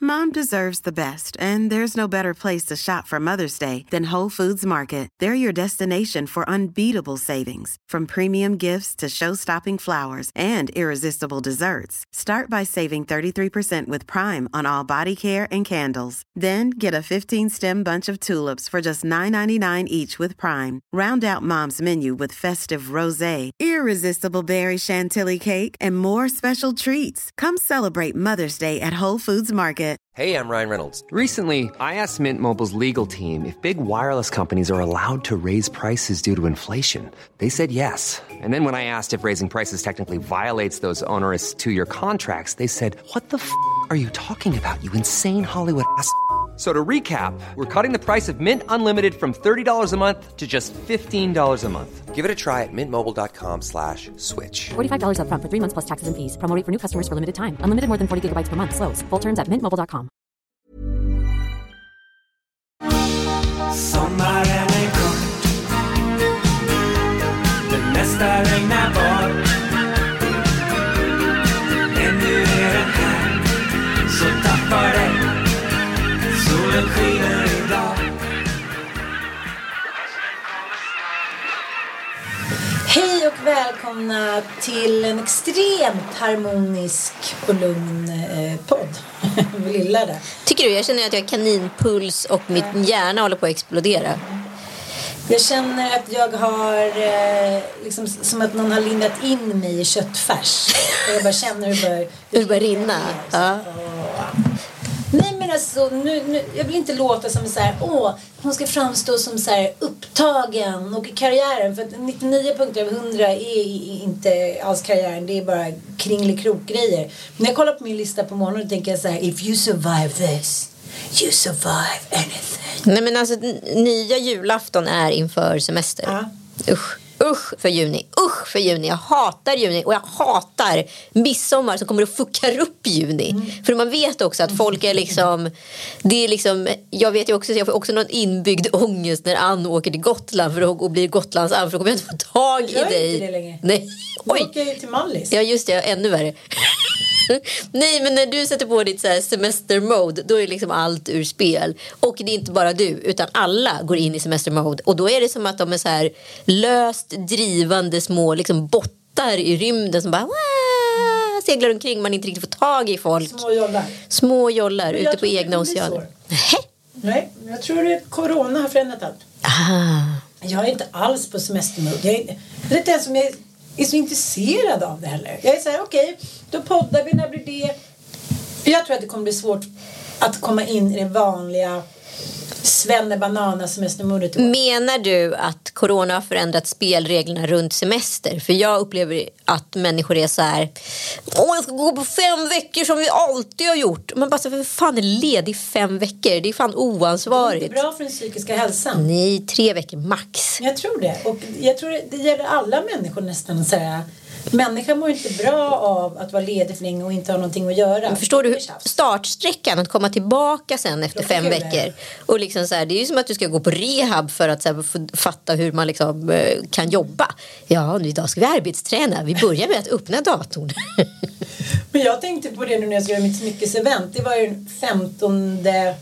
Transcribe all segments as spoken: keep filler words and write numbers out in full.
Mom deserves the best, and there's no better place to shop for Mother's Day than Whole Foods Market. They're your destination for unbeatable savings, from premium gifts to show-stopping flowers and irresistible desserts. Start by saving thirty-three percent with Prime on all body care and candles. Then get a fifteen-stem bunch of tulips for just nine ninety-nine each with Prime. Round out Mom's menu with festive rosé, irresistible berry chantilly cake, and more special treats. Come celebrate Mother's Day at Whole Foods Market. Hey, I'm Ryan Reynolds. Recently, I asked Mint Mobile's legal team if big wireless companies are allowed to raise prices due to inflation. They said yes. And then when I asked if raising prices technically violates those onerous two-year contracts, they said, what the f*** are you talking about, you insane Hollywood ass f- So to recap, we're cutting the price of Mint Unlimited from thirty dollars a month to just fifteen dollars a month. Give it a try at mintmobile.com slash switch. forty-five dollars up front for three months plus taxes and fees. Promo rate for new customers for limited time. Unlimited more than forty gigabytes per month. Slows full terms at mint mobile dot com. Sommaren är kort, det mesta regnar bort. Ännu är den här, så tappar det. Solen skiner idag. Hej och välkomna till en extremt harmonisk och lugn eh, podd. Lilla där. Tycker du? Jag känner att jag har kaninpuls och mitt hjärna håller på att explodera. Jag känner att jag har eh, liksom, som att någon har lindat in mig i köttfärs. Och jag bara känner hur det börjar, hur det börjar rinna. Ja. Nej, men alltså, nu, nu, jag vill inte låta som så här, åh, hon ska framstå som så här upptagen och i karriären. För att nittionio punkter av hundra är inte alls karriären, det är bara kringelikrok-grejer. Men när jag kollar på min lista på morgonen tänker jag så här, if you survive this, you survive anything. Nej, men alltså, nya julafton är inför semester. Ja. Usch. Usch för juni, usch för juni. Jag hatar juni och jag hatar midsommar som kommer att fucka upp juni. Mm. För man vet också att folk är liksom, det är liksom, jag vet ju också, jag får också någon inbyggd ångest när Ann åker till Gotland för att, och blir Gotlands Ann, för då kommer jag inte få tag i jag dig. Inte det längre. Nej. Oj. Jag åker ju till Mallis. Ja, just det, ännu värre. Nej, men när du sätter på ditt så här semestermode, då är liksom allt ur spel. Och det är inte bara du, utan alla går in i semestermode. Och då är det som att de är så här löst drivande små liksom bottar i rymden som bara Wah! seglar omkring, man inte riktigt får tag i folk. Små jollar. Små jollar ute på egna oceaner. Nej, jag tror att corona har förändrat allt. Ah. Jag är inte alls på semestermode. Jag är, det är inte ens som jag är så intresserad av det heller. Jag är så här, okej, okay, då poddar vi, när blir det? Jag tror att det kommer bli svårt att komma in i det vanliga svennebanana semestermodet. Menar du att corona har förändrat spelreglerna runt semester? För jag upplever att människor är så här, åh, jag ska gå på fem veckor som vi alltid har gjort. Men bara så, för fan är ledig fem veckor? Det är fan oansvarigt. Det är inte bra för den psykiska hälsan. Nej, tre veckor max. Jag tror det. Och jag tror det, det gäller alla människor nästan att säga. Människan mår inte bra av att vara ledig för länge och inte ha någonting att göra. Men förstår du startsträckan att komma tillbaka sen efter fem veckor? Och liksom så här, det är ju som att du ska gå på rehab för att så här, fatta hur man liksom, kan jobba. Ja, nu idag ska vi arbetsträna. Vi börjar med att öppna datorn. Men jag tänkte på det nu när jag skulle göra mitt smyckesevent. Det var ju femtonde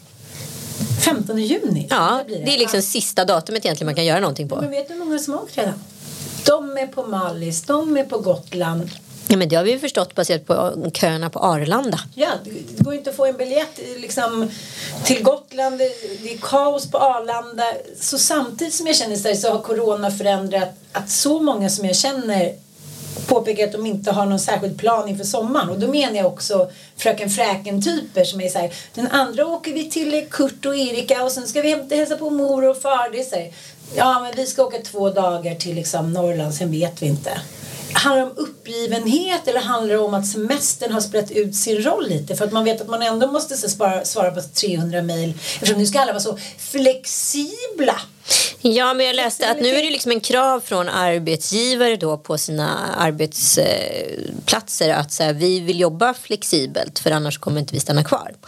juni. Ja, det, det är liksom sista datumet egentligen man kan göra någonting på. Men vet du hur många som har åkt redan? De är på Mallis, de är på Gotland. Ja, men det har vi ju förstått baserat på köerna på Arlanda. Ja, det går inte att få en biljett liksom, till Gotland. Det är kaos på Arlanda. Så samtidigt som jag känner sig så har corona förändrat att så många som jag känner påpekar att de inte har någon särskild plan inför sommaren. Och då menar jag också fröken Fräken-typer som är så här, den andra åker vi till Kurt och Erika och sen ska vi hämta hälsa på mor och far. Det är så här, ja, men vi ska åka två dagar till liksom Norrland, sen vet vi inte. Handlar det om uppgivenhet eller handlar det om att semestern har sprätt ut sin roll lite? För att man vet att man ändå måste svara, svara på trehundra mejl. Eftersom nu ska alla vara så flexibla. Ja, men jag läste att nu är det liksom en krav från arbetsgivare då på sina arbetsplatser att så här, vi vill jobba flexibelt för annars kommer inte vi stanna kvar.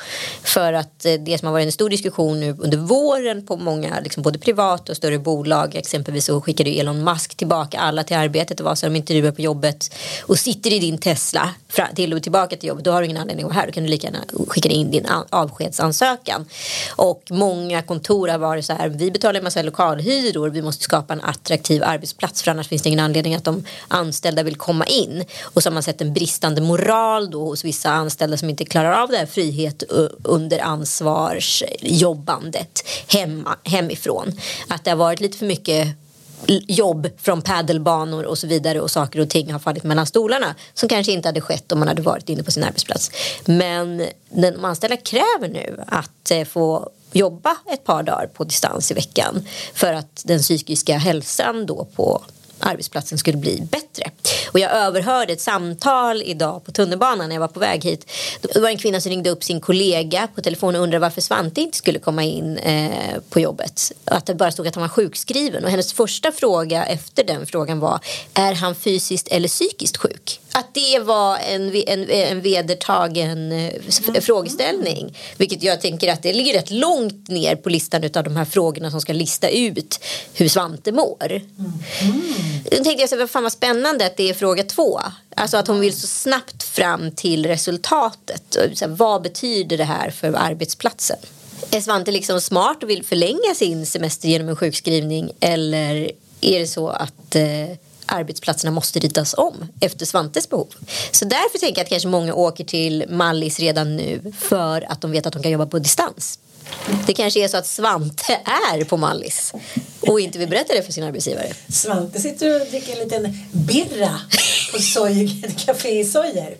För att det som har varit en stor diskussion nu under våren på många, liksom både privata och större bolag, exempelvis så skickade Elon Musk tillbaka alla till arbetet och var så de intervjuar på jobbet och sitter i din Tesla till och tillbaka till jobbet, då har du ingen anledning att vara här, då kan du lika gärna skicka in din avskedsansökan. Och många kontor har varit så här, vi betalar en massa lokalhyror, vi måste skapa en attraktiv arbetsplats för annars finns det ingen anledning att de anställda vill komma in. Och så har man sett en bristande moral då hos vissa anställda som inte klarar av det här frihet under ansvarsjobbandet hemma, hemifrån. Att det har varit lite för mycket jobb från paddelbanor och så vidare och saker och ting har fallit mellan stolarna som kanske inte hade skett om man hade varit inne på sin arbetsplats. Men den anställda kräver nu att eh, få jobba ett par dagar på distans i veckan för att den psykiska hälsan då på arbetsplatsen skulle bli bättre. Och jag överhörde ett samtal idag på tunnelbanan när jag var på väg hit. Det var en kvinna som ringde upp sin kollega på telefon och undrade varför Svante inte skulle komma in eh, på jobbet. Att det bara stod att han var sjukskriven. Och hennes första fråga efter den frågan var, är han fysiskt eller psykiskt sjuk? Att det var en, en, en vedertagen eh, frågeställning. Vilket jag tänker att det ligger rätt långt ner på listan av de här frågorna som ska lista ut hur Svante mår. Mm. Då tänkte jag så vad fan var spännande att det är fråga två. Alltså att hon vill så snabbt fram till resultatet. Så här, vad betyder det här för arbetsplatsen? Är Svante liksom smart och vill förlänga sin semester genom en sjukskrivning? Eller är det så att eh, arbetsplatserna måste ritas om efter Svantes behov? Så därför tänker jag att kanske många åker till Mallis redan nu för att de vet att de kan jobba på distans. Det kanske är så att Svante är på Mallis och inte vill berätta det för sin arbetsgivare. Svante sitter och dricker en liten birra på Sojer, café i Sojer.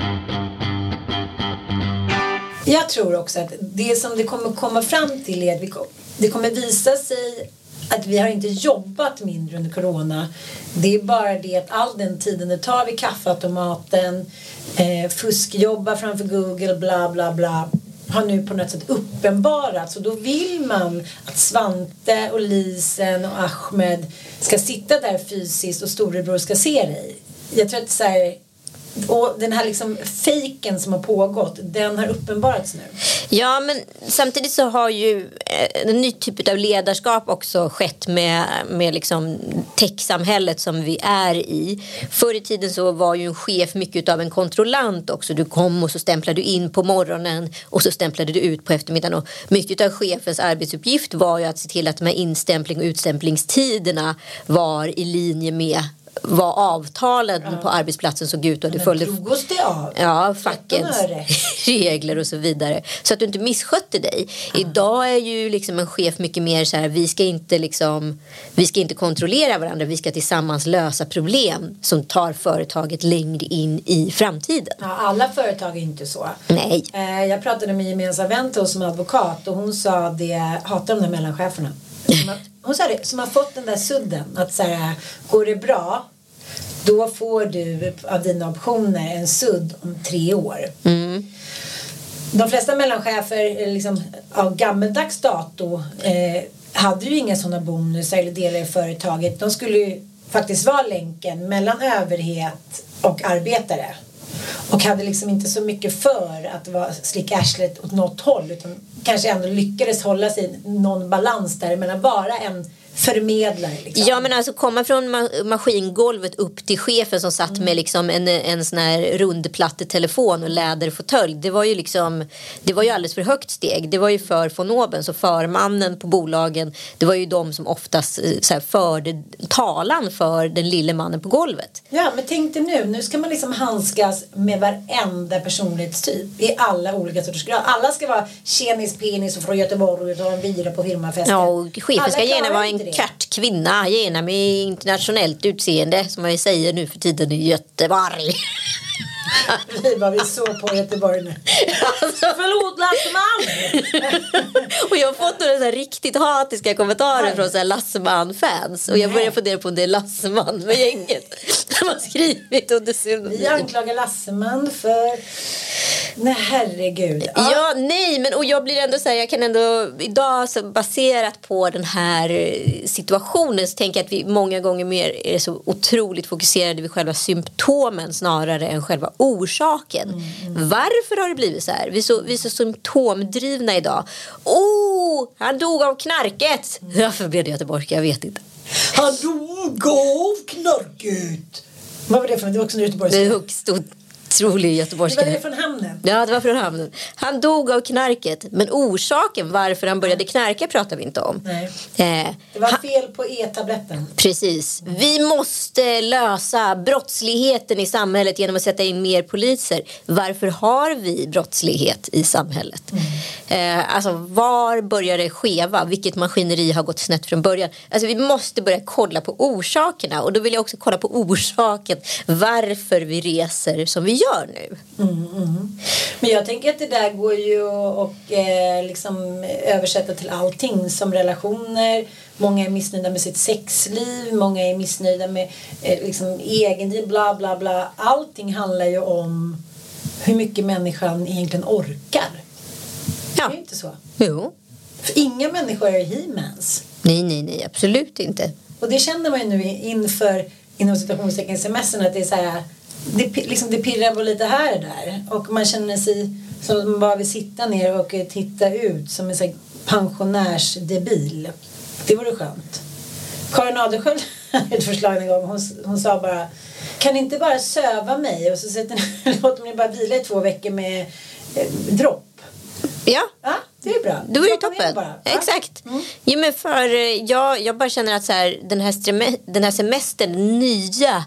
Jag tror också att det som det kommer komma fram till är att vi, det kommer visa sig att vi har inte jobbat mindre under corona. Det är bara det att all den tiden det tar vid kaffeautomaten, eh, fuskjobba framför Google, bla bla bla, har nu på något sätt uppenbarat. Så då vill man att Svante och Lisen och Ahmed ska sitta där fysiskt och storebror ska se dig. Jag tror att så här, och den här liksom fejken som har pågått, den har uppenbarats nu. Ja, men samtidigt så har ju en ny typ av ledarskap också skett med, med liksom techsamhället som vi är i. Förr i tiden så var ju en chef mycket av en kontrollant också. Du kom och så stämplade du in på morgonen och så stämplade du ut på eftermiddagen. Och mycket av chefens arbetsuppgift var ju att se till att de här instämpling- och utstämplingstiderna var i linje med vad avtalen ja. på arbetsplatsen såg ut och det följde det av. Ja, fackens regler och så vidare så att du inte misskötte dig. Ja. Idag är ju liksom en chef mycket mer så här, vi ska inte liksom vi ska inte kontrollera varandra, vi ska tillsammans lösa problem som tar företaget längre in i framtiden. Ja, alla företag är inte så. Nej. Eh, jag pratade med en gemensam vän till oss som advokat och hon sa det, hatar de där mellancheferna. Hon sa det, som har fått den där sudden att så här, går det bra då får du av dina optioner en sudd om tre år. Mm. De flesta mellanchefer liksom, av gammeldags dato eh, hade ju inga sådana bonusar eller delar i företaget. De skulle ju faktiskt vara länken mellan överhet och arbetare. Och hade liksom inte så mycket för att vara slicka arslet åt något håll utan kanske ändå lyckades hålla sig någon balans där mellan bara en förmedlare liksom. Ja, men alltså komma från ma- maskingolvet upp till chefen som satt mm. med liksom en, en sån här rundplattetelefon och läderfåtölj. Det var ju liksom det var ju alldeles för högt steg. Det var ju för von oben, så förmannen på bolagen, det var ju de som oftast så här, förde talan för den lille mannen på golvet. Ja, men tänk dig nu, nu ska man liksom handskas med varenda personlighetstyp i alla olika sorters grad. Alla ska vara tjenis, penis och från Göteborg och ta en vira på firmafesten. Ja, och chefen ska gärna vara en kart kvinna, gärna med internationellt utseende som jag säger nu för tiden i Göteborg. Vi var vi så på Göteborg nu. Alltså, förlåt, Lasse man. Och jag har fått några så här riktigt hatiska kommentarer Nej. från så här Lasseman-fans. Och jag Nej. börjar fundera på om det är Lasseman med gänget som har skrivit under pseudonym. Vi anklagar Lasseman för... Nej, herregud. Ja. ja, nej, men och jag blir ändå så här, jag kan ändå idag så baserat på den här situationen så tänker jag att vi många gånger mer är så otroligt fokuserade vid själva symptomen snarare än själva orsaken. Mm, mm. Varför har det blivit så här? Vi är så, vi är så symptomdrivna idag. Oh, han dog av knarket. Mm. Varför blev det göteborgska? Jag vet inte. Han dog av knarket. Vad var det för något? Det var också en göteborgska. Det är högst otrolig göteborgska. Det var det från hamnen. Ja, det var från hamnen. Han dog av knarket. Men orsaken varför han började knarka pratar vi inte om. Nej. Eh, det var fel på e-tabletten. Precis. Vi måste lösa brottsligheten i samhället genom att sätta in mer poliser. Varför har vi brottslighet i samhället? Mm. Eh, alltså, var börjar det skeva? Vilket maskineri har gått snett från början? Alltså, vi måste börja kolla på orsakerna. Och då vill jag också kolla på orsaken. Varför vi reser som vi gör nu. Mm, mm. Men jag tänker att det där går ju att eh, liksom översätta till allting som relationer. Många är missnöjda med sitt sexliv, många är missnöjda med eh, liksom egenliv, bla bla bla. Allting handlar ju om hur mycket människan egentligen orkar. Ja. Det är inte så. Jo. För inga människor är he-mans. Nej, nej, nej, absolut inte. Och det känner man ju nu inför inom situationstecken semestern att det är så här. Det, liksom, det pirrar på lite här och där. Och man känner sig som att man bara vill sitta ner och titta ut som en sån pensionärsdebil. Det vore skönt. Karin Adelsköld hade ett förslag en gång. Hon, hon sa bara, kan ni inte bara söva mig och så sätter ni, låter ni bara vila i två veckor med eh, dropp. Ja. Ja, det är bra. Det var ju toppen. Bara, exakt. Mm. Jo, men för jag, jag bara känner att så här, den, här streme, den här semestern, nya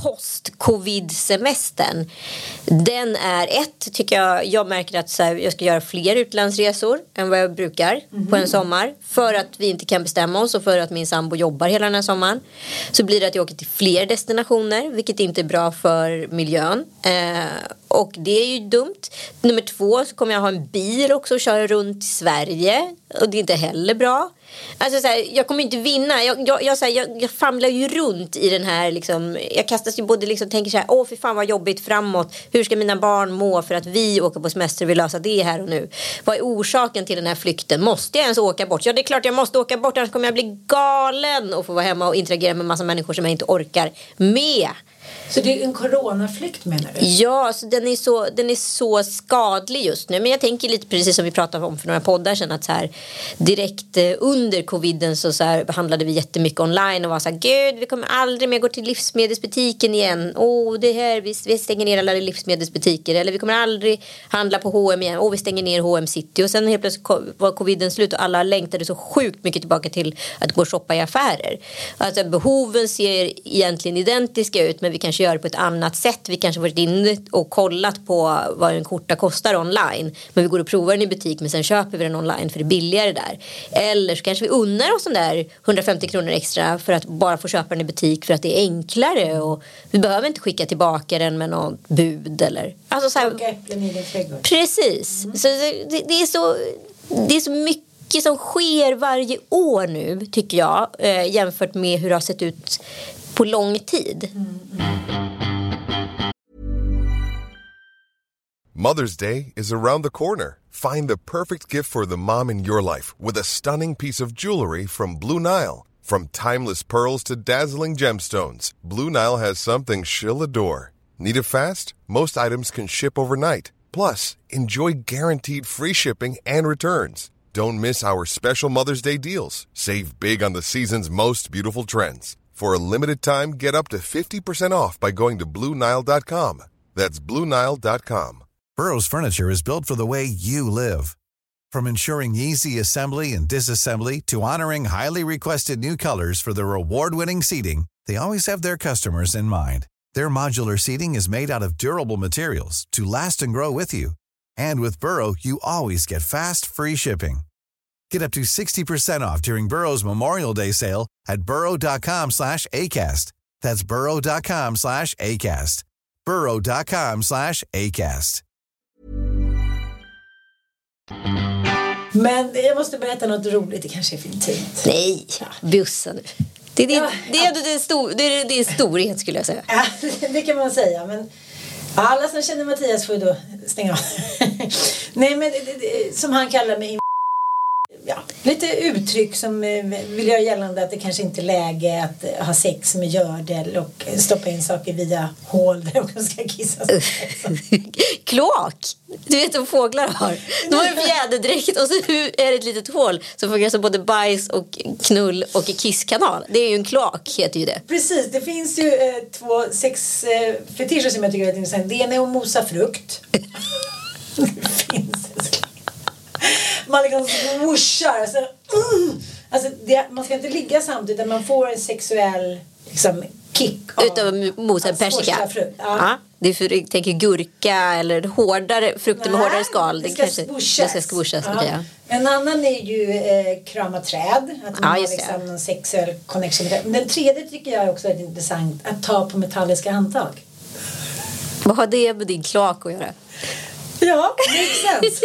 post-covid-semestern, den är ett, tycker jag, jag märker att så här, jag ska göra fler utlandsresor än vad jag brukar mm. på en sommar, för att vi inte kan bestämma oss och för att min sambo jobbar hela den här sommaren, så blir det att jag åker till fler destinationer, vilket inte är bra för miljön, eh, och det är ju dumt. Nummer två, så kommer jag ha en bil också och köra runt i Sverige, och det är inte heller bra. Alltså så här, jag kommer inte vinna. Jag, jag, jag, så här, jag, jag famlar ju runt i den här liksom, jag kastas ju både liksom, tänker så här, åh fy fan vad jobbigt framåt. Hur ska mina barn må för att vi åker på semester och vill lösa det här och nu? Vad är orsaken till den här flykten? Måste jag ens åka bort? Ja, det är klart jag måste åka bort, annars kommer jag bli galen och få vara hemma och interagera med massa människor som jag inte orkar med. Så det är en coronaflykt, menar du? Ja, så den är så, den är så skadlig just nu. Men jag tänker lite precis som vi pratade om för några poddar sedan, att så här, direkt under coviden så, så här, handlade vi jättemycket online och var så här, gud, vi kommer aldrig mer gå till livsmedelsbutiken igen. Åh, det här, vi, vi stänger ner alla livsmedelsbutiker. Eller vi kommer aldrig handla på H och M igen. Åh, vi stänger ner H och M City. Och sen helt plötsligt var coviden slut och alla längtade så sjukt mycket tillbaka till att gå och shoppa i affärer. Alltså behoven ser egentligen identiska ut, men vi kanske gör det på ett annat sätt. Vi kanske varit inne och kollat på vad en skjorta kostar online, men vi går och provar den i butik, men sen köper vi den online för det är billigare där. Eller så kanske vi unnar oss den där hundrafemtio kronor extra för att bara få köpa den i butik för att det är enklare, och vi behöver inte skicka tillbaka den med något bud eller alltså så här, och äpplen i din trädgård. Precis. Mm. Så det, det är så det är så mycket som sker varje år nu, tycker jag, eh, jämfört med hur det har sett ut på lång tid. Mm. Mother's Day is around the corner. Find the perfect gift for the mom in your life with a stunning piece of jewelry from Blue Nile. From timeless pearls to dazzling gemstones, Blue Nile has something she'll adore. Need it fast? Most items can ship overnight. Plus, enjoy guaranteed free shipping and returns. Don't miss our special Mother's Day deals. Save big on the season's most beautiful trends. For a limited time, get up to fifty percent off by going to Blue Nile dot com. That's Blue Nile dot com. Burrow's furniture is built for the way you live. From ensuring easy assembly and disassembly to honoring highly requested new colors for their award-winning seating, they always have their customers in mind. Their modular seating is made out of durable materials to last and grow with you. And with Burrow, you always get fast, free shipping. Get up to sixty percent off during Burrow's Memorial Day sale at burrow dot com slash ACAST. That's burrow dot com slash ACAST. burrow dot com slash ACAST. Men jag måste berätta något roligt. Det kanske är för intimt. Nej, bussa nu. Det är din, Ja, det är, det är, stor, det är din storhet skulle jag säga. Ja, det kan man säga. Men alla som känner Mattias får ju då stänga av. Nej, men det, det, som han kallar mig. Ja, lite uttryck som vill göra gällande att det kanske inte är läge att ha sex med gördel och stoppa in saker via hål där de ska kissa. Kloak. Du vet vad fåglar har. De har en fjäderdräkt och så är det ett litet hål som fungerar som både bajs och knull och kisskanal. Det är ju en kloak, heter ju det. Precis, det finns ju eh, två sex eh, fetischer som jag tycker är intressant. Det ena är att mosa frukt. Det finns det. Man liksom swooshar alltså, mm. alltså det, man ska inte ligga samtidigt utan man får en sexuell liksom, kick av utav mosa en persika. Ja. Ja, det är för du tänker gurka eller hårdare frukter med hårdare skal. Det ska kanske, swooshat. Det ska swooshat, ja. Okay, ja. En annan är ju eh, krama träd. Att man ja, har just liksom någon sexuell connection med det. Men den tredje tycker jag också är intressant. Att ta på metalliska handtag. Vad har det med din kloak att göra? Ja, makes sense.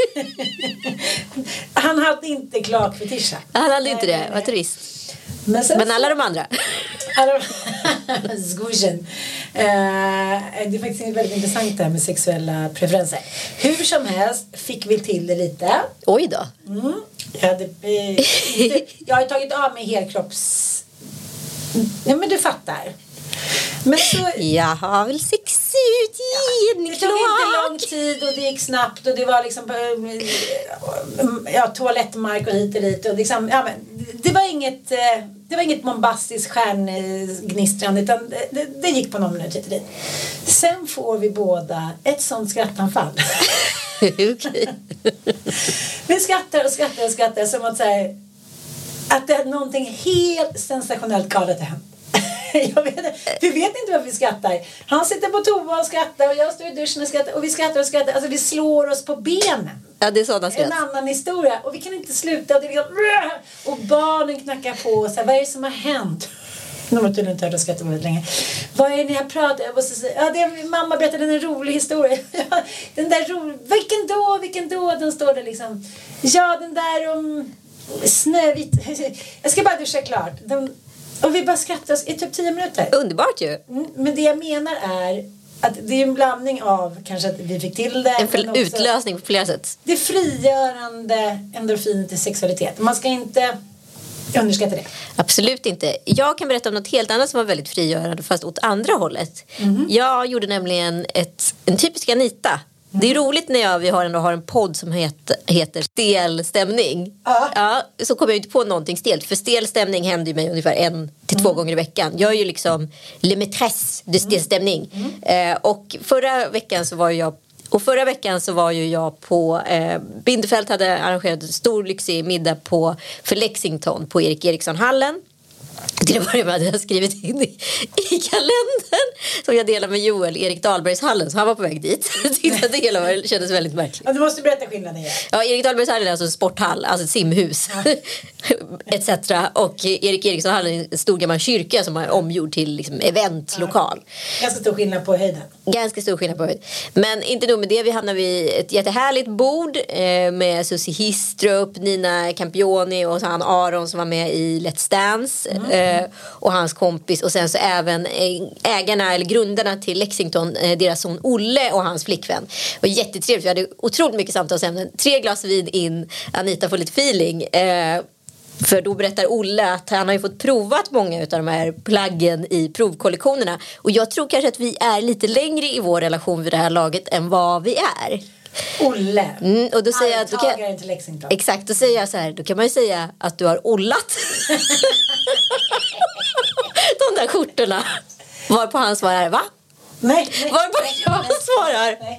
Han hade inte klart för tisha. Han hade inte det, vad trist. Men, sen, Men alla de andra? Alla Squishen. Uh, det är faktiskt väldigt intressant det här med sexuella preferenser. Hur som helst fick vi till det lite. Oj då. Mm. Jag, hade, eh, inte, jag har tagit av mig helkropps... Ja, men du fattar. Men så, jag har väl sex ut i en ja, det tog inte lång tid och det gick snabbt och det var liksom ja, toalettmark och hit och dit och liksom, ja, men, det var inget det var inget bombastiskt stjärngnistrande utan det, det, det gick på någon minut hit och dit. Sen får vi båda ett sånt skrattanfall. Okay. Vi skrattar och skrattar och skrattar som att säga att det är någonting helt sensationellt galet hänt. Jag vet, vi vet inte varför vi skrattar. Han sitter på toa och skrattar och jag står i duschen och skrattar och vi skrattar och skrattar. Alltså vi slår oss på benen. Ja, det är sådana skratt. En annan historia. Och vi kan inte sluta. Och, det är liksom, och barnen knackar på. Och så här, vad är det som har hänt? De har tydligen inte hört och skrattat väldigt länge. Vad är det ni har pratat? Jag måste säga, ja, det är, mamma berättade en rolig historia. Den där ro, vilken då? Vilken då? Den står där liksom. Ja, den där om Snövit. Jag ska bara duscha klart. Den, och vi bara skrattar i typ tio minuter. Underbart ju. Mm, men det jag menar är att det är en blandning av kanske att vi fick till det. En för utlösning på flera sätt. Det frigörande endorfiner till sexualitet. Man ska inte underskatta det. Absolut inte. Jag kan berätta om något helt annat som var väldigt frigörande fast åt andra hållet. Mm. Jag gjorde nämligen ett, en typisk Anita. Det är roligt när jag, vi har en, har en podd som heter, heter Stel stämning. Ja. Ja, så kommer jag inte på någonting stelt. För stel stämning händer ju mig ungefär en till två mm. gånger i veckan. Jag är ju liksom le maîtresse de stel stämning. Mm. Mm. Eh, och förra veckan så var jag Och förra veckan så var ju jag på eh, Bindefält hade arrangerat en stor lyxig middag på, för Lexington på Erik Eriksson-hallen. Till att börja med hade jag skrivit in i, i kalendern som jag delar med Joel, Erik Dahlbergshallen, så han var på väg dit. Jag tyckte att det hela var, kändes väldigt märkligt. Ja, du måste berätta skillnaden igen. Ja, Erik Dahlbergshallen är alltså en sporthall, alltså ett simhus ja. et cetera. Och Erik Eriksson-hallen är en stor gammal kyrka som är omgjord till liksom, eventlokal. Ja. Ganska stor skillnad på höjden. Ganska stor skillnad på höjd. Men inte nog med det, vi hamnar vid ett jättehärligt bord eh, med Susie Histrup, Nina Campioni och så han Aron som var med i Let's Dance. Mm. Eh, och hans kompis och sen så även ägarna eller grundarna till Lexington, eh, deras son Olle och hans flickvän. Det var jättetrevligt, vi hade otroligt mycket samtalsämnen. Tre glas vin in, Anita får lite feeling. Eh, för då berättar Olle att han har ju fått provat många av de här plaggen i provkollektionerna. Och jag tror kanske att vi är lite längre i vår relation vid det här laget än vad vi är. Olle. Mm, och då säger jag, då kan, till Lexington. exakt, då säger jag så här, då kan man ju säga att du har ollat de där skjortorna. Varpå han svarar, va? Nej, nej. Varpå nej, jag nej, svarar nej.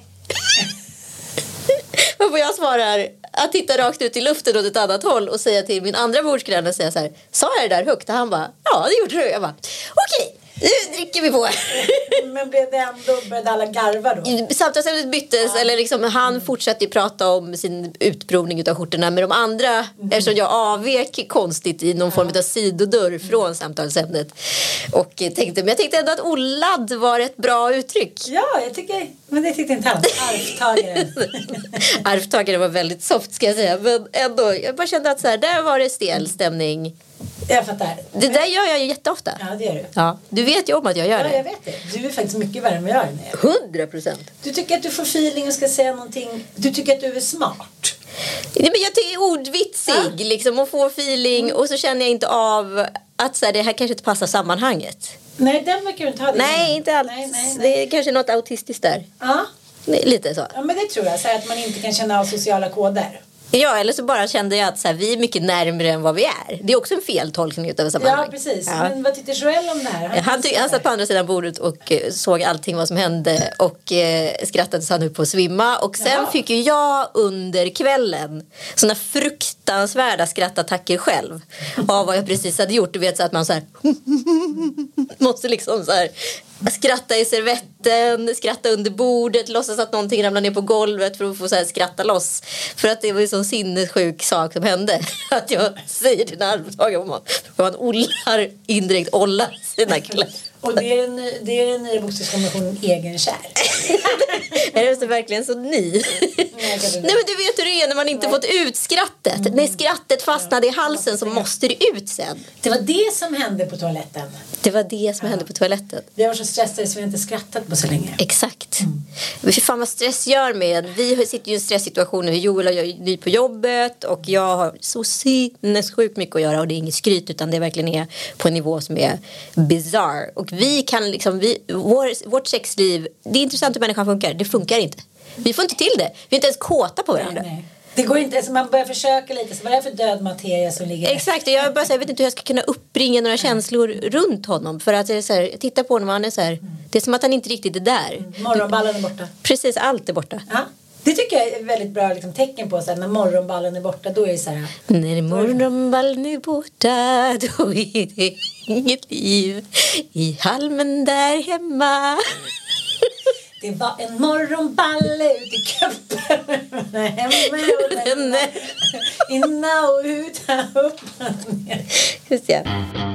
Varpå jag svarar att titta rakt ut i luften åt ett annat håll och säga till min andra bordsgranne och säga så här, sa jag det där högt? Och han bara, ja det gjorde du. Jag bara, okej. Nu dricker vi på. Men blev det ändå, började alla garva då? Samtalsämnet byttes, ja. Eller liksom, han mm. fortsatte prata om sin utprovning utav skjortorna. Men de andra, mm. eftersom jag avvek konstigt i någon ja. form av sidodörr från mm. samtalsämnet. Och tänkte, men jag tänkte ändå att oladd var ett bra uttryck. Ja, jag tycker, men det tyckte inte han. Arvtagaren. Arvtagaren var väldigt soft, ska jag säga. Men ändå, jag bara kände att så här, där var det stel stämning. Jag fattar. Det där gör jag ju jätteofta. Ja, det gör du. Ja, du vet ju om att jag gör ja, det. Ja, jag vet det. Du är faktiskt mycket värre än vad jag är. Hundra procent. Du tycker att du får feeling och ska säga någonting. Du tycker att du är smart. Nej, men jag tycker ordvitsig. Ja. Liksom, och får feeling. Mm. Och så känner jag inte av att så här, det här kanske inte passar sammanhanget. Nej, den verkar du inte ha. Det nej, inte alls. Nej, nej, nej. Det är kanske något autistiskt där. Ja. Lite så. Ja, men det tror jag. Så att man inte kan känna av sociala koder. Ja, eller så bara kände jag att så här, vi är mycket närmare än vad vi är. Det är också en feltolkning utav sammanhang. Ja, precis. Ja. Men vad tyckte Joel om det här? Han, han, ty- han satt på andra sidan bordet och uh, såg allting vad som hände. Och uh, skrattade så han upp på att svimma. Och sen ja. fick ju jag under kvällen såna fruktansvärda skrattattacker själv. Av vad jag precis hade gjort. Du vet så att man så här måste liksom så här skratta i servetten, skratta under bordet, låtsas att någonting ramlar ner på golvet för att få så här skratta loss. För att det var ju så sinnessjuk sak som hände. Att jag säger till en arbetstagare om att man ollar, indirekt ollar sina kläder. Och det är den, det är den nya bokstavskombinationen egenkär. Är det så verkligen så ny? Nej, Nej, men du vet hur det är när man inte Nej. fått ut skrattet. Mm. När skrattet fastnade i halsen så måste det ut sen. Det var det som hände på toaletten. Det var det som ja. hände på toaletten. Vi var så stressade så vi inte skrattat på så länge. Exakt. Mm. Men för fan vad stress gör med. Vi sitter ju i en stresssituation nu. Joel och jag är ny på jobbet. Och jag har så sinnessjukt mycket att göra. Och det är inget skryt utan det verkligen är på en nivå som är bizarre. Och vi kan liksom, vi, vår, vårt sexliv, det är intressant hur människan funkar. Det funkar inte. Vi får inte till det. Vi är inte ens kåta på varandra. Nej, nej. Det går inte, alltså man börjar försöka lite. Så vad är det för död materia som ligger Exakt, jag, bara, så här, jag vet inte hur jag ska kunna uppbringa några känslor runt honom. För att jag, så här, titta på honom och han är så här, mm. det är som att han inte riktigt är där. Mm. Morgonballen är borta. Precis, allt är borta. Ja. Det tycker jag är ett väldigt bra liksom, tecken på så här, när morgonballen är borta, då är det så här. När morgonballen är borta, då är det inget liv i halmen där hemma. Det var en morgonballe ut i köppen. Hemma och hemma. Inna och ut, upp och ner. Just det.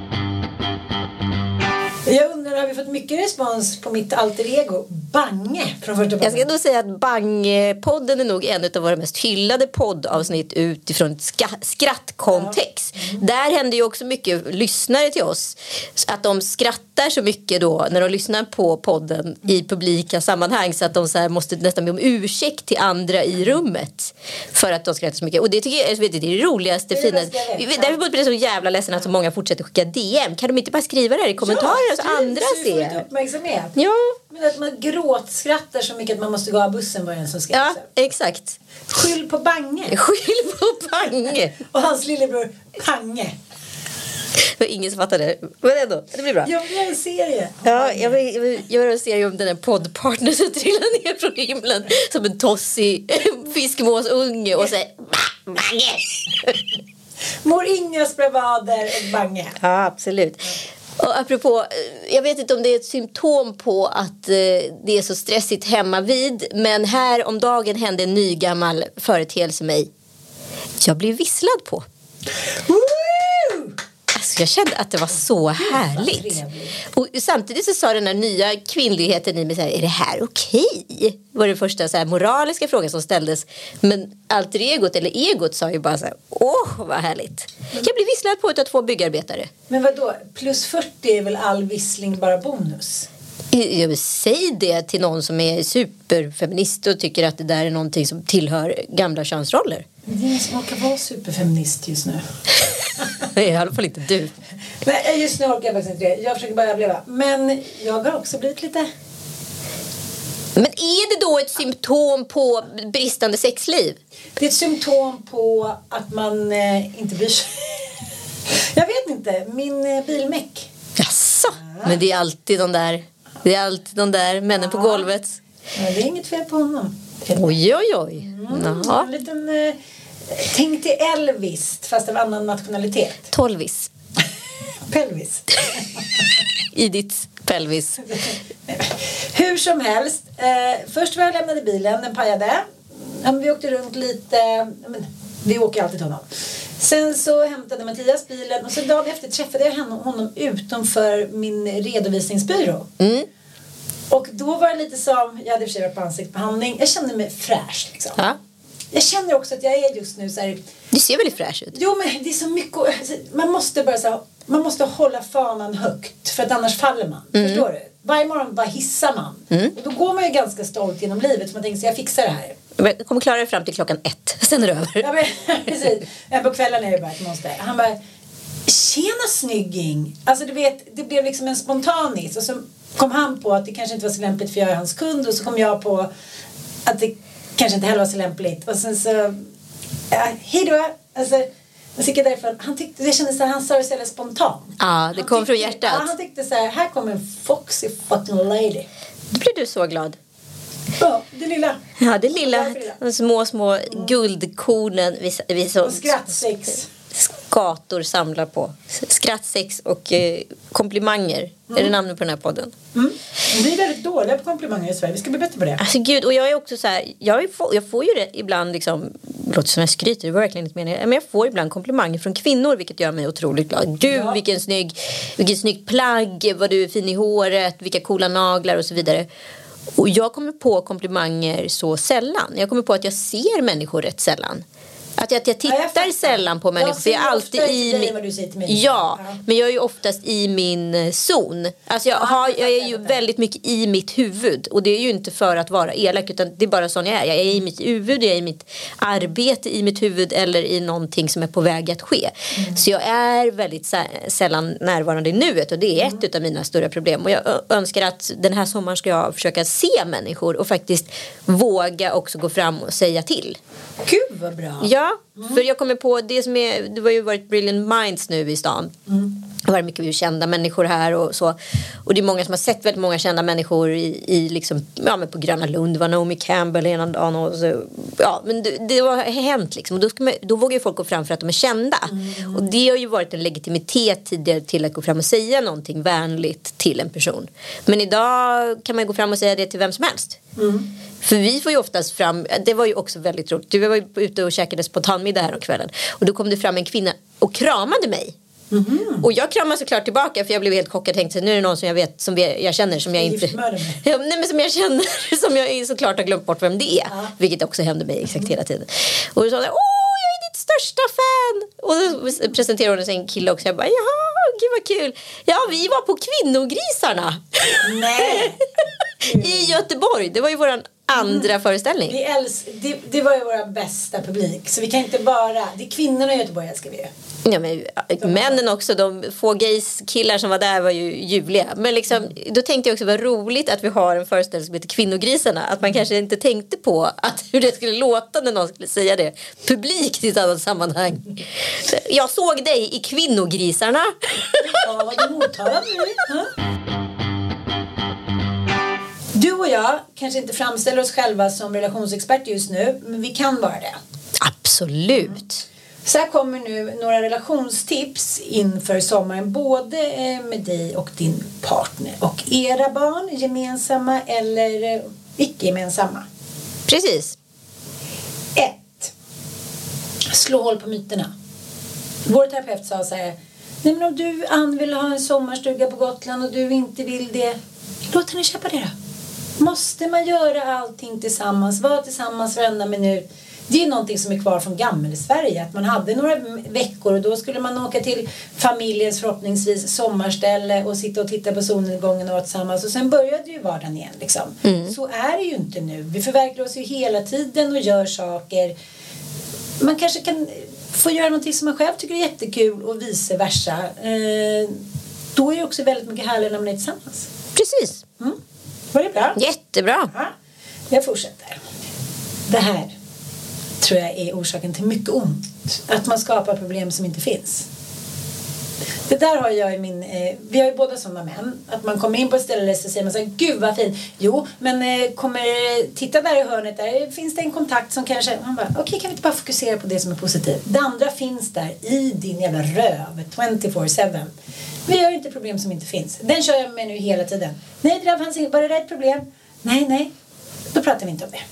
Jag undrar, har vi fått mycket respons på mitt alter ego Bange från första podden? Jag ska nog säga att Bange-podden är nog en av våra mest hyllade poddavsnitt utifrån ska- skrattkontext. Ja. Mm. Där händer ju också mycket lyssnare till oss. Att de skrattar så mycket då när de lyssnar på podden mm. i publika sammanhang så att de så här måste nästan be om ursäkt till andra i rummet för att de skrattar så mycket. Och det tycker jag, jag vet, det är det roligaste, det finaste. Därför blir jag så jävla ledsen att så många fortsätter skicka D M. Kan de inte bara skriva det här i kommentarer? Ja. Så andra ser. Uppmärksamhet. Ja. Men att man gråtskrattar så mycket att man måste gå av bussen var en som skrattar. Ja, exakt. Skyll på Bange. Skyll på Bange. Och hans lillebror Pange. Det var ingen som fattade. Men ändå, det blir bra. Jag vill göra en serie. Ja, jag vill, jag vill göra en serie om den där poddpartnern som trillar ner från himlen som en tossig fiskmåsunge och säger Bange. Mår Ingas bravader och Bange. Ja, absolut. Och apropå, jag vet inte om det är ett symptom på att eh, det är så stressigt hemma vid, men här om dagen hände en ny gammal företeelse mig. Jag blev visslad på. Woo! Alltså jag kände att det var så härligt. Och samtidigt så sa den här nya kvinnligheten i mig så här, är det här okej? Okay? Var det första så här moraliska frågan som ställdes. Men alter egot eller egot sa ju bara så här, åh vad härligt. Jag blev visslad på utav två byggarbetare. Men vad då? Plus fyrtio är väl all vissling bara bonus? Jag vill säga det till någon som är superfeminist och tycker att det där är någonting som tillhör gamla könsroller. Det är ingen som orkar vara superfeminist just nu. I alla fall inte du. Nej, just nu orkar jag faktiskt inte det. Jag försöker bara överleva. Men jag har också blivit lite... Men är det då ett symptom på bristande sexliv? Det är ett symptom på att man eh, inte bryr sig. Jag vet inte. Min eh, bilmäck. Jaså? Ja. Men det är alltid de där... Det är alltid de där männen ja. på golvet. Ja, det är inget fel på honom. Oj, oj, oj. Mm, en liten... Eh, tänk till Elvis, fast av annan nationalitet. Tolvis. pelvis. I ditt pelvis. Hur som helst. Eh, först var jag lämnade bilen, den pajade. Ja, vi åkte runt lite. Men, vi åker alltid till honom. Sen så hämtade Mattias bilen. Och så dagen efter träffade jag honom utanför min redovisningsbyrå. Mm. Och då var det lite som, jag hade i och för sig varit på ansiktsbehandling. Jag kände mig fräsch liksom. Ja. Jag känner också att jag är just nu så här. Du ser väldigt fräsch ut. Jo, men det är så mycket. Man måste bara så här, man måste hålla fanan högt. För att annars faller man. Mm. Förstår du? Varje morgon bara hissar man. Mm. Och då går man ju ganska stolt genom livet. Så man tänker så jag fixar det här. Jag kommer klara det fram till klockan ett. Sen är det över. Ja, men, precis. Ja, på kvällen är det bara ett monster. Han bara, tjena snygging. Alltså du vet, det blev liksom en spontanis. Och så kom han på att det kanske inte var så lämpligt för jag är hans kund. Och så kom jag på att det kanske inte heller var så lämpligt. Och sen så, ja, hej då. Alltså, jag gick därifrån. Han tyckte, det kändes så här, han sa det så jävla spontant. Ja, det kom tyckte, från hjärtat. Ja, han tyckte så här, här kommer en foxy fucking lady. Då blir du så glad. Ja, det lilla. Ja, det lilla. De små, små guldkornen. Vi, vi så, och skrattsex. Skator samlar på. Skrattsex och eh, komplimanger. Mm. Är det namnet på den här podden? Mm. Vi är väldigt dåliga på komplimanger i Sverige. Vi ska bli bättre på det. Alltså gud, och jag är också så här. Jag, är, jag får ju det ibland liksom. Låter som jag skryter, det var verkligen inte meningen. Men jag får ibland komplimanger från kvinnor. Vilket gör mig otroligt glad. Gud, ja. vilken snygg. Vilken snygg plagg. Vad du är fin i håret. Vilka coola naglar och så vidare. Och jag kommer på komplimanger så sällan. Jag kommer på att jag ser människor rätt sällan. Att jag, att jag tittar ja, jag sällan på människor. Jag för jag är alltid i min... vad du säger till mig. Ja, ja, men jag är ju oftast i min zon. Alltså jag, ja, har, jag är ju väldigt mycket i mitt huvud. Och det är ju inte för att vara elak. Utan det är bara sån jag är. Jag är i mitt huvud. Jag är i mitt arbete i mitt huvud. Eller i någonting som är på väg att ske. Mm. Så jag är väldigt sällan närvarande i nuet. Och det är ett mm. av mina stora problem. Och jag önskar att den här sommaren ska jag försöka se människor. Och faktiskt våga också gå fram och säga till. Gud vad bra. Ja, mm. för jag kommer på det som är, det har ju varit Brilliant Minds nu i stan. Mm. Det var mycket kända människor här och så. Och det är många som har sett väldigt många kända människor i, i liksom, ja men på Gröna Lund var Naomi Campbell ena dagen och så, ja men det, det har hänt liksom. Och då, ska man, då vågar ju folk gå fram för att de är kända. Mm. Och det har ju varit en legitimitet tidigare till att gå fram och säga någonting vänligt till en person. Men idag kan man gå fram och säga det till vem som helst. Mm. För vi får ju oftast fram, det var ju också väldigt roligt. Vi var ju ute och käkade spontanmiddag här om kvällen. Och då kom det fram en kvinna och kramade mig. Mm-hmm. Och jag kramade såklart tillbaka för jag blev helt chockad och tänkte nu är det någon som jag vet, som jag känner som jag inte ja, nej, men som jag känner som jag såklart har glömt bort vem det är. Ja. Vilket också hände mig exakt hela tiden. Och då sa jag, åh jag är ditt största fan. Och då presenterade hon sig en kille också. Jag bara, jaha, gud vad kul. Ja, vi var på Kvinnogrisarna. Nej. I Göteborg, det var ju våran andra mm. föreställning. Vi äls- det, det var ju våra bästa publik. Så vi kan inte bara, det är kvinnorna i Göteborg älskar vi ju. Ja, men männen också, de få gays killar som var där var ju ljuvliga. Men liksom, mm. då tänkte jag också vad roligt att vi har en föreställning som heter Kvinnogrisarna. Att man kanske inte tänkte på att hur det skulle låta när någon skulle säga det publikt i ett annat sammanhang. Jag såg dig i Kvinnogrisarna. Ja, vad du mottalar nu. Du och jag kanske inte framställer oss själva som relationsexperter just nu, men vi kan vara det. Absolut. Så här kommer nu några relationstips inför sommaren, både med dig och din partner. Och era barn, gemensamma eller icke-gemensamma. Precis. Ett. Slå hål på myterna. Vår terapeut sa så här, nej men om du, Ann, vill ha en sommarstuga på Gotland och du inte vill det, låt henne köpa det då. Måste man göra allting tillsammans, vara tillsammans varenda minut? Det är någonting som är kvar från gammel-Sverige. Att man hade några veckor och då skulle man åka till familjens förhoppningsvis sommarställe och sitta och titta på solnedgången och vara tillsammans. Och sen började ju vardagen igen liksom. Mm. Så är det ju inte nu. Vi förverkligar oss ju hela tiden och gör saker. Man kanske kan få göra någonting som man själv tycker är jättekul och vice versa. Eh, då är det också väldigt mycket härligare när man är tillsammans. Precis. Mm. Var det bra? Jättebra. Ja, jag fortsätter. Det här tror jag är orsaken till mycket ont. Att man skapar problem som inte finns. Det där har jag i min... Eh, vi har ju båda sådana män. Att man kommer in på ett ställe och säger man så här, gud vad fin. Jo, men eh, kommer... Titta där i hörnet, där finns det en kontakt som kanske... Man bara, okej, okay, kan vi inte bara fokusera på det som är positivt? Det andra finns där i din jävla röv tjugofyra sju. Vi har ju inte problem som inte finns. Den kör jag med nu hela tiden. Nej, det där fanns inte. Var det där ett problem? Nej, nej. Då pratar vi inte om det.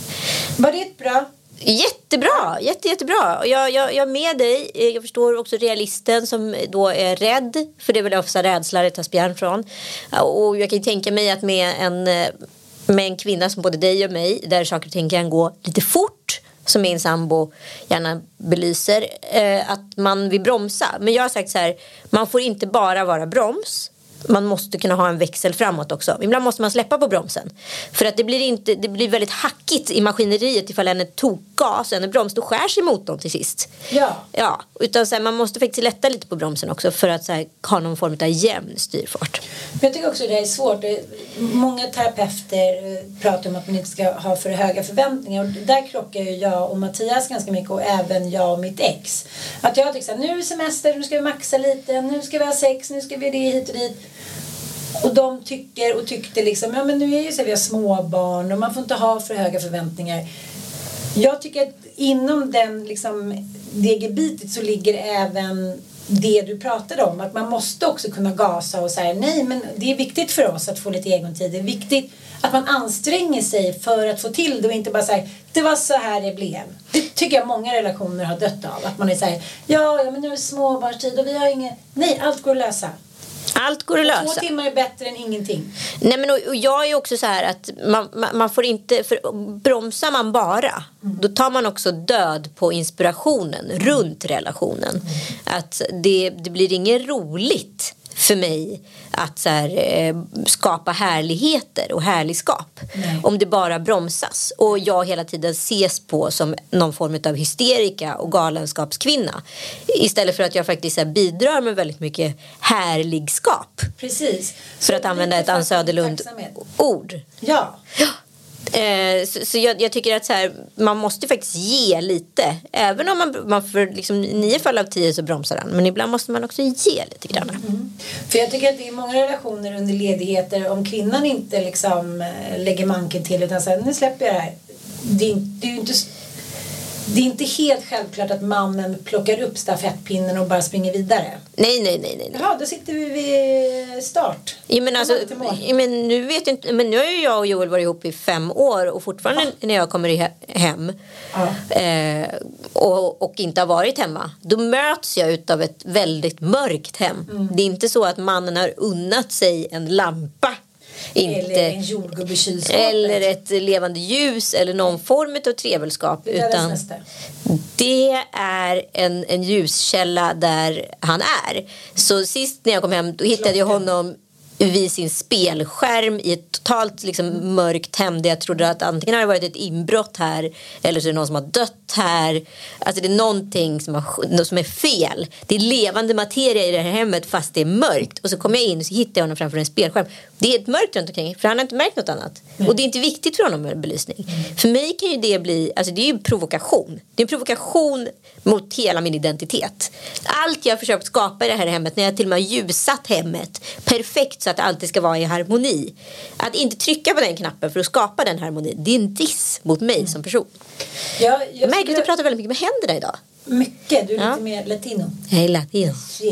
Var det ett bra... Jättebra, jätte, jättebra. Jag, jag, jag är med dig. Jag förstår också realisten som då är rädd. För det är väl ofta rädsla det tar spjärn från. Och jag kan tänka mig att med en, med en kvinna som både dig och mig, där saker och ting kan gå lite fort, som min sambo gärna belyser, att man vill bromsa. Men jag har sagt så här, man får inte bara vara broms. Man måste kunna ha en växel framåt också. Ibland måste man släppa på bromsen. För att det blir, inte, det blir väldigt hackigt i maskineriet ifall en är tokgas och en är broms. Då skär sig motorn till sist. Ja. Ja, utan så här, man måste faktiskt lätta lite på bromsen också för att så här, ha någon form av jämn styrfart. Men jag tycker också det är svårt. Många terapeuter pratar om att man inte ska ha för höga förväntningar. Och där krockar ju jag och Mattias ganska mycket, och även jag och mitt ex. Att jag tycker så här, nu är semester, nu ska vi maxa lite, nu ska vi ha sex, nu ska vi det hit och dit. Och de tycker och tyckte liksom, ja men nu är ju så här, vi har småbarn och man får inte ha för höga förväntningar. Jag tycker att inom den liksom, det gebitet så ligger även det du pratade om. Att man måste också kunna gasa och säga nej, men det är viktigt för oss att få lite egen tid. Det är viktigt att man anstränger sig för att få till det och inte bara säga det var så här det blev. Det tycker jag många relationer har dött av. Att man är så här, ja, ja men nu är det småbarnstid och vi har inget, nej, allt går att lösa. Allt går att lösa. Två timmar är bättre än ingenting. Nej, men och, och jag är också så här att man, man, man får inte, för bromsar man bara, mm. då tar man också död på inspirationen mm. runt relationen. Mm. Att det, det blir inget roligt för mig att så här, eh, skapa härligheter och härligskap. Nej. Om det bara bromsas och jag hela tiden ses på som någon form av hysterika och galenskapskvinna, istället för att jag faktiskt så här, bidrar med väldigt mycket härligskap. Precis. För så att använda ett Ann Söderlund ord. Ja. Ja. Eh, så så jag, jag tycker att så här, man måste faktiskt ge lite. Även om man, man för liksom, nio fall av tio så bromsar han. Men ibland måste man också ge lite grann. Mm. För jag tycker att det är många relationer under ledigheter. Om kvinnan inte liksom lägger manken till utan säger nu släpper jag det här. Det är, det är ju inte... Det är inte helt självklart att mannen plockar upp stafettpinnen och bara springer vidare. Nej, nej, nej, nej. Ja, då sitter vi vid start. Ja, men alltså, men nu vet jag inte, men nu har ju jag och Joel varit ihop i fem år och fortfarande ja. när jag kommer hem ja. eh, och, och inte har varit hemma, då möts jag utav ett väldigt mörkt hem. Mm. Det är inte så att mannen har unnat sig en lampa. Inte, eller en jordgubbe i kylskåpet. Eller ett levande ljus eller någon form av trevälskap, det är utan det är en, en ljuskälla där han är. Så sist när jag kom hem då hittade jag honom vid sin spelskärm i ett totalt liksom mörkt hem där jag trodde att antingen har det varit ett inbrott här eller så är det någon som har dött här. Alltså det är någonting som, har, som är fel. Det är levande materia i det här hemmet fast det är mörkt. Och så kommer jag in och så hittar jag honom framför en spelskärm. Det är ett mörkt runt omkring för han har inte märkt något annat. Mm. Och det är inte viktigt för honom med belysning. Mm. För mig kan ju det bli, alltså det är ju provokation. Det är en provokation mot hela min identitet. Allt jag har försökt skapa i det här hemmet, när jag till och med har ljusat hemmet perfekt så att det alltid ska vara i harmoni. Att inte trycka på den knappen för att skapa den harmonin, det är en diss mot mig mm. som person. Ja, jag märker att du pratar väldigt mycket med händerna idag. Mycket, du är ja. lite mer latino. Jag är latino.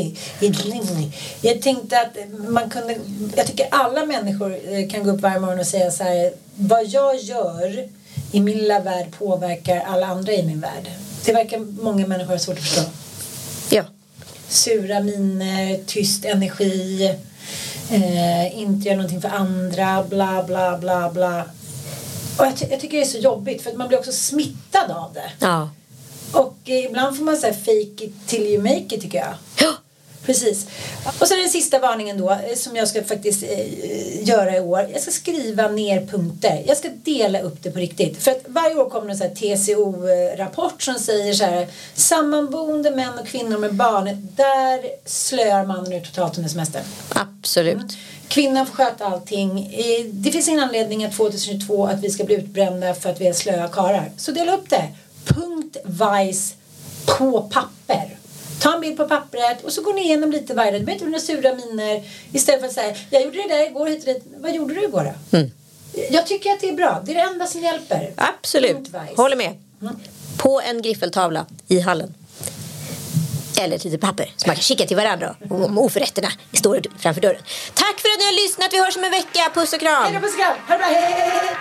Jag tänkte att man kunde, jag tycker alla människor kan gå upp varje morgon och säga så här: vad jag gör i min lilla värld påverkar alla andra i min värld. Det verkar många människor ha svårt att förstå. Ja. Sura miner, tyst energi, eh, inte göra någonting för andra, bla bla bla bla. Och jag, ty- jag tycker det är så jobbigt för att man blir också smittad av det. Ja. Och eh, ibland får man säga fake it till you make it, tycker jag. Ja. Precis. Och så är den sista varningen då, som jag ska faktiskt eh, göra i år. Jag ska skriva ner punkter. Jag ska dela upp det på riktigt. För att varje år kommer en sån här T C O-rapport som säger så här: sammanboende män och kvinnor med barn, där slöar mannen ut totalt under semestern. Absolut. Mm. Kvinnan får sköta allting. Det finns ingen anledning att tjugohundratjugotvå att vi ska bli utbrända för att vi är slöa karar. Så dela upp det punktvis på papper. Ta en bild på pappret och så går ni igenom lite varje dag. Det behöver inte några sura miner. Istället för att säga, jag gjorde det där igår, hit och dit. Vad gjorde du igår då? Mm. Jag tycker att det är bra. Det är det enda som hjälper. Absolut, håller med. Mm. På en griffeltavla i hallen. Eller ett litet papper så man kan kika till varandra om oförrätterna står framför dörren. Tack för att ni har lyssnat. Vi hörs om en vecka. Puss och kram. Hej då, puss och kram. Ha det bra. Hej, hej, hej.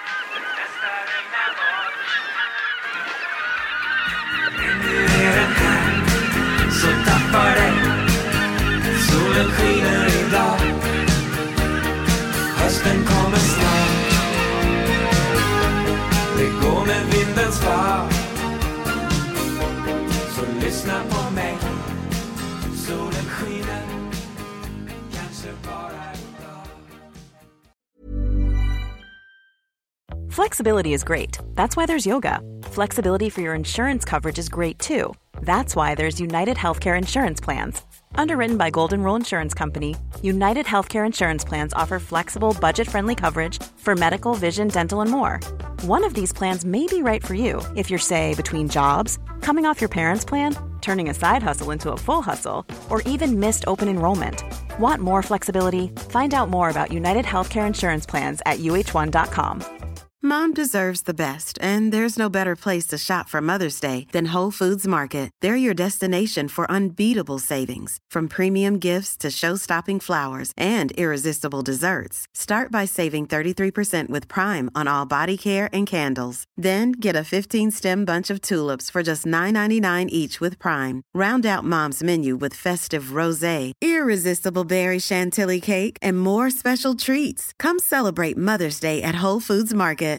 Så tappar det. Solen skiner idag. Hösten kommer snart. Det går med vindens fart. Så lyssna på mig. Solen skiner. Kanske bara idag. Flexibility is great. That's why there's yoga. Flexibility for your insurance coverage is great too. That's why there's United Healthcare Insurance Plans. Underwritten by Golden Rule Insurance Company, United Healthcare Insurance Plans offer flexible, budget-friendly coverage for medical, vision, dental, and more. One of these plans may be right for you if you're, say, between jobs, coming off your parents' plan, turning a side hustle into a full hustle, or even missed open enrollment. Want more flexibility? Find out more about United Healthcare Insurance Plans at U H one dot com. Mom deserves the best, and there's no better place to shop for Mother's Day than Whole Foods Market. They're your destination for unbeatable savings, from premium gifts to show-stopping flowers and irresistible desserts. Start by saving thirty-three percent with Prime on all body care and candles. Then get a fifteen-stem bunch of tulips for just nine ninety-nine each with Prime. Round out Mom's menu with festive rosé, irresistible berry chantilly cake, and more special treats. Come celebrate Mother's Day at Whole Foods Market.